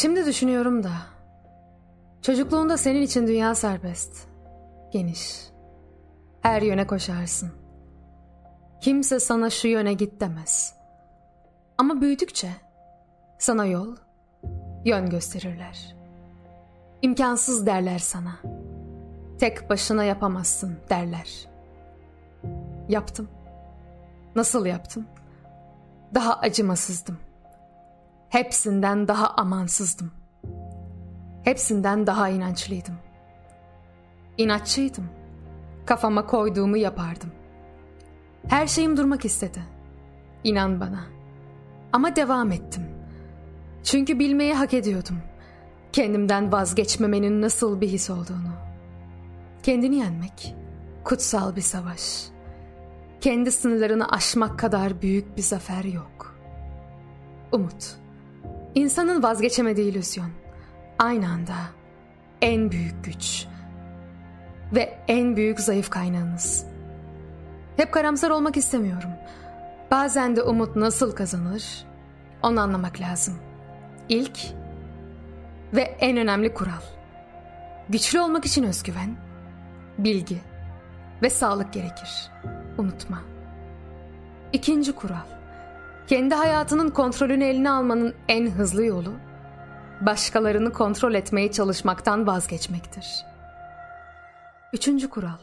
Şimdi düşünüyorum da, çocukluğunda senin için dünya serbest, geniş. Her yöne koşarsın. Kimse sana şu yöne git demez. Ama büyüdükçe sana yön gösterirler. İmkansız derler sana. Tek başına yapamazsın derler. Yaptım. Nasıl yaptım? Daha acımasızdım. Hepsinden daha amansızdım. Hepsinden daha inançlıydım. İnatçıydım. Kafama koyduğumu yapardım. Her şeyim durmak istedi. İnan bana. Ama devam ettim. Çünkü bilmeyi hak ediyordum. Kendimden vazgeçmemenin nasıl bir his olduğunu. Kendini yenmek kutsal bir savaş. Kendi sınırlarını aşmak kadar büyük bir zafer yok. Umut. İnsanın vazgeçemediği illüzyon. Aynı anda en büyük güç ve en büyük zayıf kaynağınız. Hep karamsar olmak istemiyorum. Bazen de umut nasıl kazanılır, onu anlamak lazım. İlk ve en önemli kural. Güçlü olmak için özgüven, bilgi ve sağlık gerekir. Unutma. İkinci kural. Kendi hayatının kontrolünü eline almanın en hızlı yolu, başkalarını kontrol etmeye çalışmaktan vazgeçmektir. Üçüncü kural.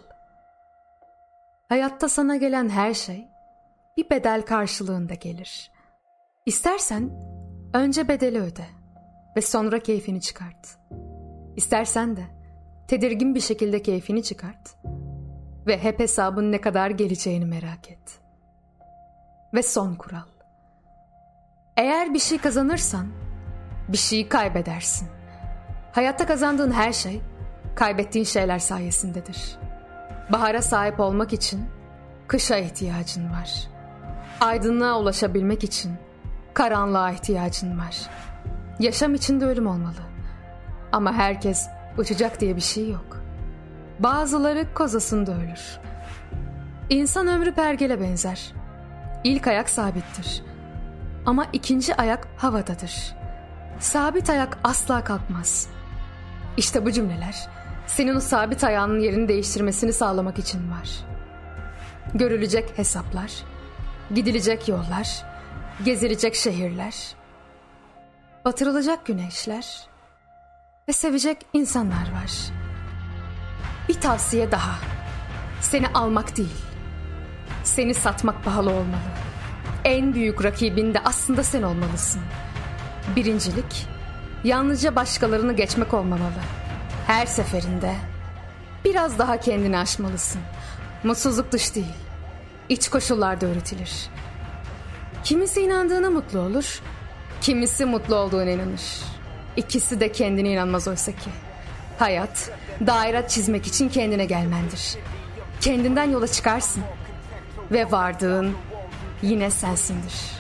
Hayatta sana gelen her şey bir bedel karşılığında gelir. İstersen önce bedeli öde ve sonra keyfini çıkart. İstersen de tedirgin bir şekilde keyfini çıkart ve hep hesabın ne kadar geleceğini merak et. Ve son kural. Eğer bir şey kazanırsan bir şeyi kaybedersin. Hayatta kazandığın her şey kaybettiğin şeyler sayesindedir. Bahara sahip olmak için kışa ihtiyacın var. Aydınlığa ulaşabilmek için karanlığa ihtiyacın var. Yaşam içinde ölüm olmalı. Ama herkes uçacak diye bir şey yok. Bazıları kozasında ölür. İnsan ömrü pergele benzer. İlk ayak sabittir. Ama ikinci ayak havadadır. Sabit ayak asla kalkmaz. İşte bu cümleler senin o sabit ayağının yerini değiştirmesini sağlamak için var. Görülecek hesaplar, gidilecek yollar, gezilecek şehirler, batırılacak güneşler ve sevecek insanlar var. Bir tavsiye daha. Seni almak değil, seni satmak pahalı olmalı. En büyük rakibin de aslında sen olmalısın. Birincilik, yalnızca başkalarını geçmek olmamalı. Her seferinde biraz daha kendini aşmalısın. Mutsuzluk dış değil, iç koşullarda öğretilir. Kimisi inandığına mutlu olur, kimisi mutlu olduğuna inanır. İkisi de kendine inanmaz oysa ki. Hayat, daire çizmek için kendine gelmendir. Kendinden yola çıkarsın ve vardığın yine sensindir.